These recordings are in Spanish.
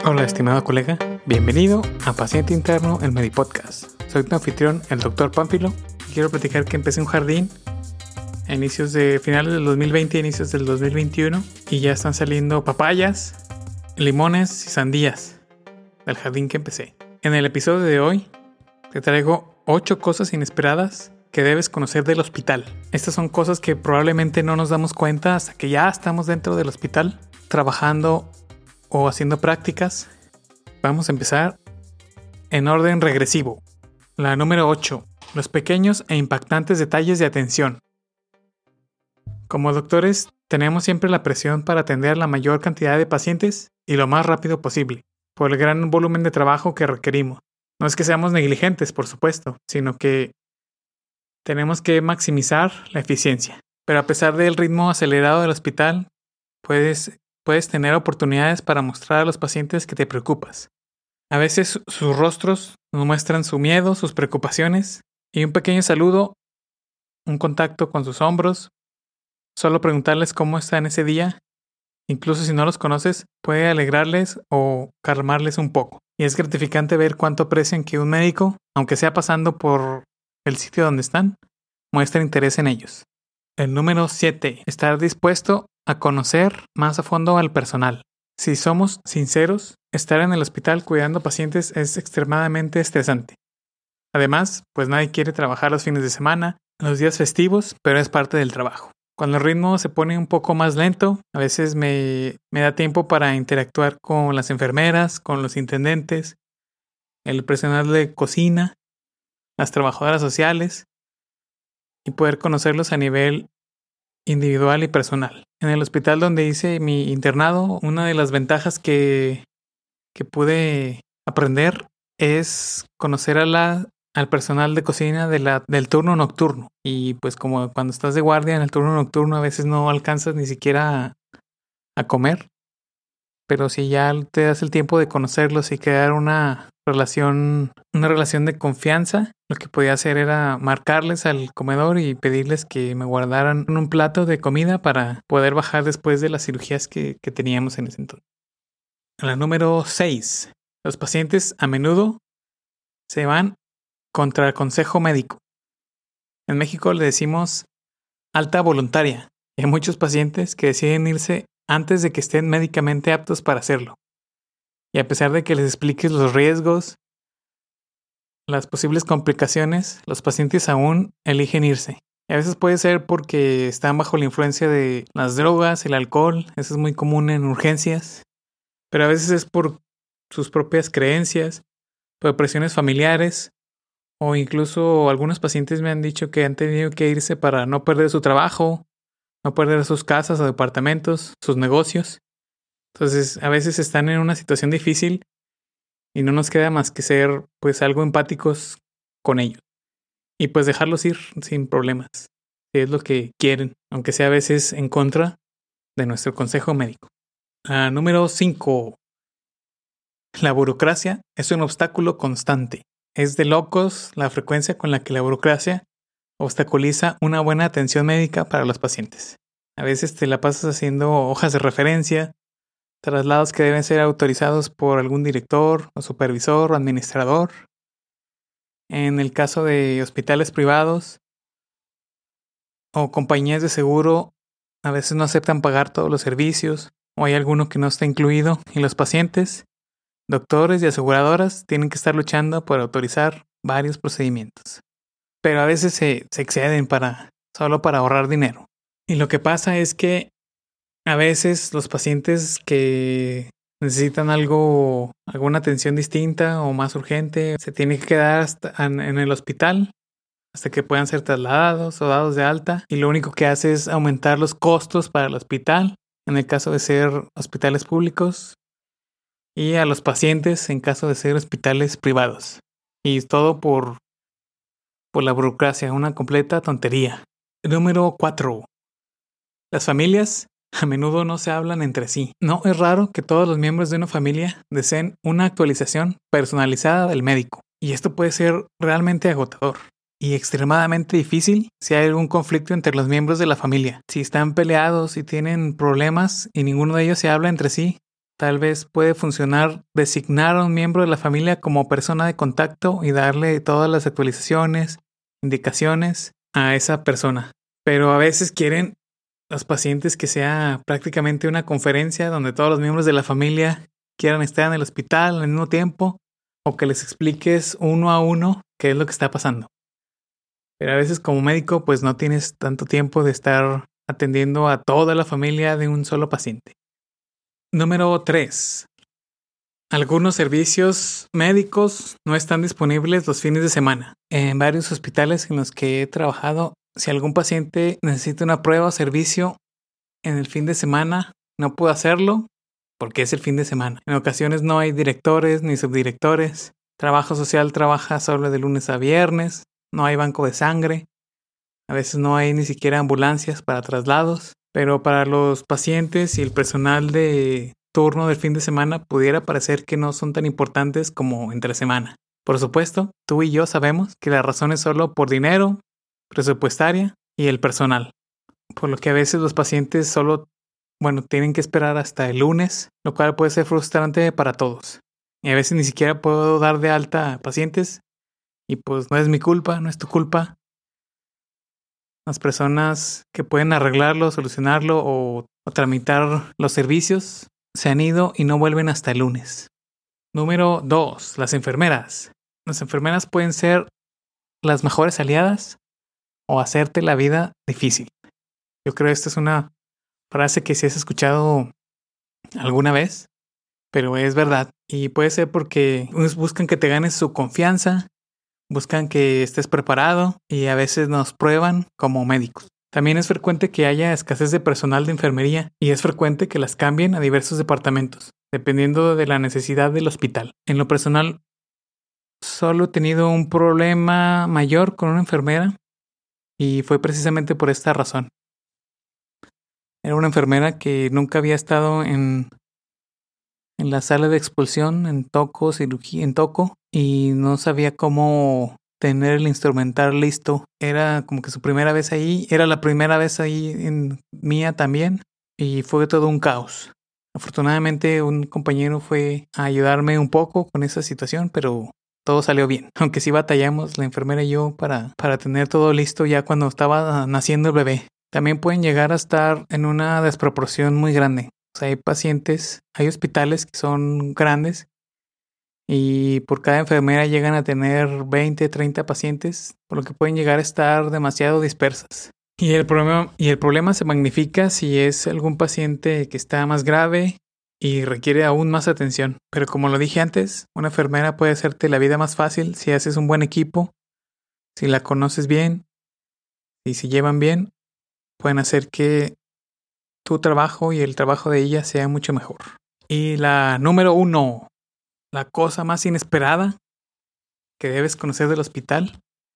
Hola, estimado colega. Bienvenido a Paciente Interno, el Medipodcast. Soy tu anfitrión, el Dr. Pánfilo. Quiero platicar que empecé un jardín a finales del 2020, inicios del 2021, y ya están saliendo papayas, limones y sandías del jardín que empecé. En el episodio de hoy te traigo 8 cosas inesperadas que debes conocer del hospital. Estas son cosas que probablemente no nos damos cuenta hasta que ya estamos dentro del hospital, trabajando o haciendo prácticas. Vamos a empezar en orden regresivo. La número 8. Los pequeños e impactantes detalles de atención. Como doctores, tenemos siempre la presión para atender la mayor cantidad de pacientes y lo más rápido posible, por el gran volumen de trabajo que requerimos. No es que seamos negligentes, por supuesto, sino que tenemos que maximizar la eficiencia. Pero a pesar del ritmo acelerado del hospital, puedes tener oportunidades para mostrar a los pacientes que te preocupas. A veces sus rostros nos muestran su miedo, sus preocupaciones, y un pequeño saludo, un contacto con sus hombros, solo preguntarles cómo están ese día, incluso si no los conoces, puede alegrarles o calmarles un poco. Y es gratificante ver cuánto aprecian que un médico, aunque sea pasando por el sitio donde están, muestra interés en ellos. El número 7. Estar dispuesto a conocer más a fondo al personal. Si somos sinceros, estar en el hospital cuidando pacientes es extremadamente estresante. Además, pues nadie quiere trabajar los fines de semana, los días festivos, pero es parte del trabajo. Cuando el ritmo se pone un poco más lento, a veces me da tiempo para interactuar con las enfermeras, con los intendentes, el personal de cocina, las trabajadoras sociales, y poder conocerlos a nivel individual y personal. En el hospital donde hice mi internado, una de las ventajas que pude aprender es conocer al personal de cocina del turno nocturno. Y pues como cuando estás de guardia en el turno nocturno a veces no alcanzas ni siquiera a comer. Pero si ya te das el tiempo de conocerlos y crear una relación de confianza, lo que podía hacer era marcarles al comedor y pedirles que me guardaran un plato de comida para poder bajar después de las cirugías que teníamos en ese entonces. La número 6. Los pacientes a menudo se van contra el consejo médico. En México le decimos alta voluntaria. Y hay muchos pacientes que deciden irse antes de que estén médicamente aptos para hacerlo. Y a pesar de que les expliques los riesgos, las posibles complicaciones, los pacientes aún eligen irse. Y a veces puede ser porque están bajo la influencia de las drogas, el alcohol, eso es muy común en urgencias. Pero a veces es por sus propias creencias, por presiones familiares, o incluso algunos pacientes me han dicho que han tenido que irse para no perder su trabajo, no perder sus casas o departamentos, sus negocios. Entonces, a veces están en una situación difícil y no nos queda más que ser, pues, algo empáticos con ellos. Y pues dejarlos ir sin problemas, si es lo que quieren, aunque sea a veces en contra de nuestro consejo médico. Número 5. La burocracia es un obstáculo constante. Es de locos la frecuencia con la que la burocracia obstaculiza una buena atención médica para los pacientes. A veces te la pasas haciendo hojas de referencia, traslados que deben ser autorizados por algún director o supervisor o administrador. En el caso de hospitales privados o compañías de seguro, a veces no aceptan pagar todos los servicios o hay alguno que no está incluido y los pacientes, doctores y aseguradoras tienen que estar luchando por autorizar varios procedimientos. Pero a veces se exceden solo para ahorrar dinero. Y lo que pasa es que a veces los pacientes que necesitan alguna atención distinta o más urgente, se tienen que quedar en el hospital hasta que puedan ser trasladados o dados de alta. Y lo único que hace es aumentar los costos para el hospital, en el caso de ser hospitales públicos, y a los pacientes en caso de ser hospitales privados. Y todo por la burocracia, una completa tontería. Número 4. Las familias a menudo no se hablan entre sí. No es raro que todos los miembros de una familia deseen una actualización personalizada del médico. Y esto puede ser realmente agotador y extremadamente difícil si hay algún conflicto entre los miembros de la familia. Si están peleados y tienen problemas y ninguno de ellos se habla entre sí, Tal vez puede funcionar designar a un miembro de la familia como persona de contacto y darle todas las actualizaciones, indicaciones a esa persona. Pero a veces quieren los pacientes que sea prácticamente una conferencia donde todos los miembros de la familia quieran estar en el hospital al mismo tiempo o que les expliques uno a uno qué es lo que está pasando. Pero a veces como médico pues no tienes tanto tiempo de estar atendiendo a toda la familia de un solo paciente. Número 3. Algunos servicios médicos no están disponibles los fines de semana. En varios hospitales en los que he trabajado, si algún paciente necesita una prueba o servicio en el fin de semana, no puede hacerlo porque es el fin de semana. En ocasiones no hay directores ni subdirectores. Trabajo social trabaja solo de lunes a viernes. No hay banco de sangre. A veces no hay ni siquiera ambulancias para traslados. Pero para los pacientes y el personal de turno del fin de semana pudiera parecer que no son tan importantes como entre semana. Por supuesto, tú y yo sabemos que la razón es solo por dinero, presupuestaria y el personal. Por lo que a veces los pacientes tienen que esperar hasta el lunes, lo cual puede ser frustrante para todos. Y a veces ni siquiera puedo dar de alta a pacientes y pues no es mi culpa, no es tu culpa. Las personas que pueden arreglarlo, solucionarlo o tramitar los servicios se han ido y no vuelven hasta el lunes. Número 2. Las enfermeras. Las enfermeras pueden ser las mejores aliadas o hacerte la vida difícil. Yo creo que esta es una frase que sí has escuchado alguna vez, pero es verdad. Y puede ser porque buscan que te ganes su confianza, buscan que estés preparado y a veces nos prueban como médicos. También es frecuente que haya escasez de personal de enfermería y es frecuente que las cambien a diversos departamentos, dependiendo de la necesidad del hospital. En lo personal, solo he tenido un problema mayor con una enfermera y fue precisamente por esta razón. Era una enfermera que nunca había estado en la sala de expulsión, en cirugía, y no sabía cómo tener el instrumental listo. Era como que su primera vez ahí, era la primera vez ahí mía también, y fue todo un caos. Afortunadamente un compañero fue a ayudarme un poco con esa situación, pero todo salió bien. Aunque sí batallamos la enfermera y yo para tener todo listo ya cuando estaba naciendo el bebé. También pueden llegar a estar en una desproporción muy grande. O sea, hay hospitales que son grandes y por cada enfermera llegan a tener 20, 30 pacientes, por lo que pueden llegar a estar demasiado dispersas. Y el problema se magnifica si es algún paciente que está más grave y requiere aún más atención. Pero como lo dije antes, una enfermera puede hacerte la vida más fácil si haces un buen equipo, si la conoces bien y si llevan bien, pueden hacer que tu trabajo y el trabajo de ella sea mucho mejor. Y la número 1, la cosa más inesperada que debes conocer del hospital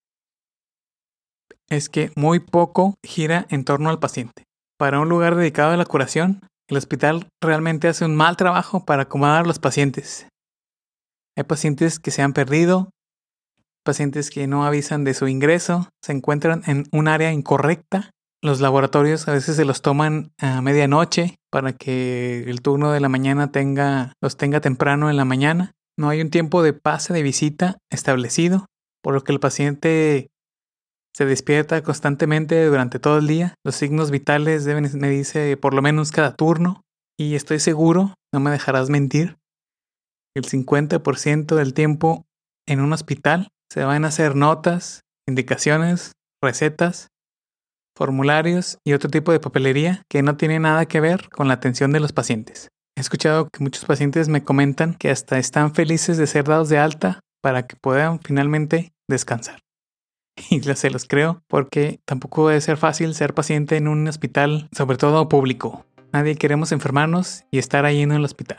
es que muy poco gira en torno al paciente. Para un lugar dedicado a la curación, el hospital realmente hace un mal trabajo para acomodar a los pacientes. Hay pacientes que se han perdido, pacientes que no avisan de su ingreso, se encuentran en un área incorrecta. Los laboratorios a veces se los toman a medianoche para que el turno de la mañana los tenga temprano en la mañana. No hay un tiempo de pase de visita establecido, por lo que el paciente se despierta constantemente durante todo el día. Los signos vitales deben medirse por lo menos cada turno. Y estoy seguro, no me dejarás mentir, el 50% del tiempo en un hospital se van a hacer notas, indicaciones, recetas, formularios y otro tipo de papelería que no tiene nada que ver con la atención de los pacientes. He escuchado que muchos pacientes me comentan que hasta están felices de ser dados de alta para que puedan finalmente descansar. Y se los creo porque tampoco debe ser fácil ser paciente en un hospital, sobre todo público. Nadie queremos enfermarnos y estar ahí en el hospital.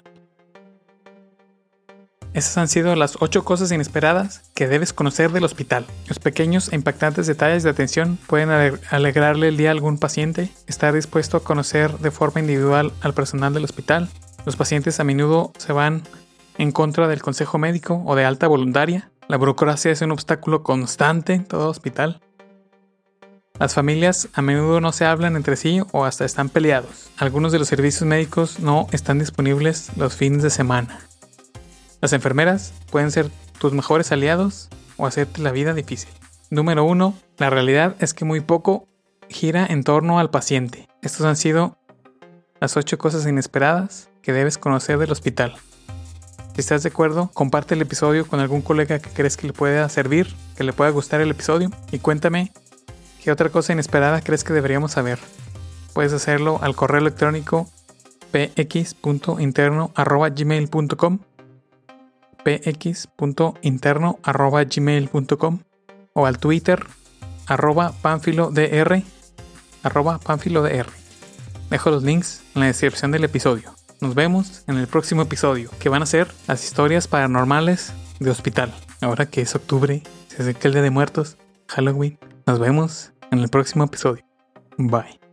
Esas han sido las 8 cosas inesperadas que debes conocer del hospital. Los pequeños e impactantes detalles de atención pueden alegrarle el día a algún paciente. Estar dispuesto a conocer de forma individual al personal del hospital. Los pacientes a menudo se van en contra del consejo médico o de alta voluntaria. La burocracia es un obstáculo constante en todo hospital. Las familias a menudo no se hablan entre sí o hasta están peleados. Algunos de los servicios médicos no están disponibles los fines de semana. Las enfermeras pueden ser tus mejores aliados o hacerte la vida difícil. Número 1. La realidad es que muy poco gira en torno al paciente. Estos han sido las 8 cosas inesperadas que debes conocer del hospital. Si estás de acuerdo, comparte el episodio con algún colega que crees que le pueda servir, que le pueda gustar el episodio, y cuéntame qué otra cosa inesperada crees que deberíamos saber. Puedes hacerlo al correo electrónico px.interno@gmail.com px.interno@gmail.com o al Twitter @panfilodr. Dejo los links en la descripción del episodio. Nos vemos en el próximo episodio, que van a ser las historias paranormales de hospital. Ahora que es octubre, se acerca el Día de Muertos, Halloween. Nos vemos en el próximo episodio. Bye.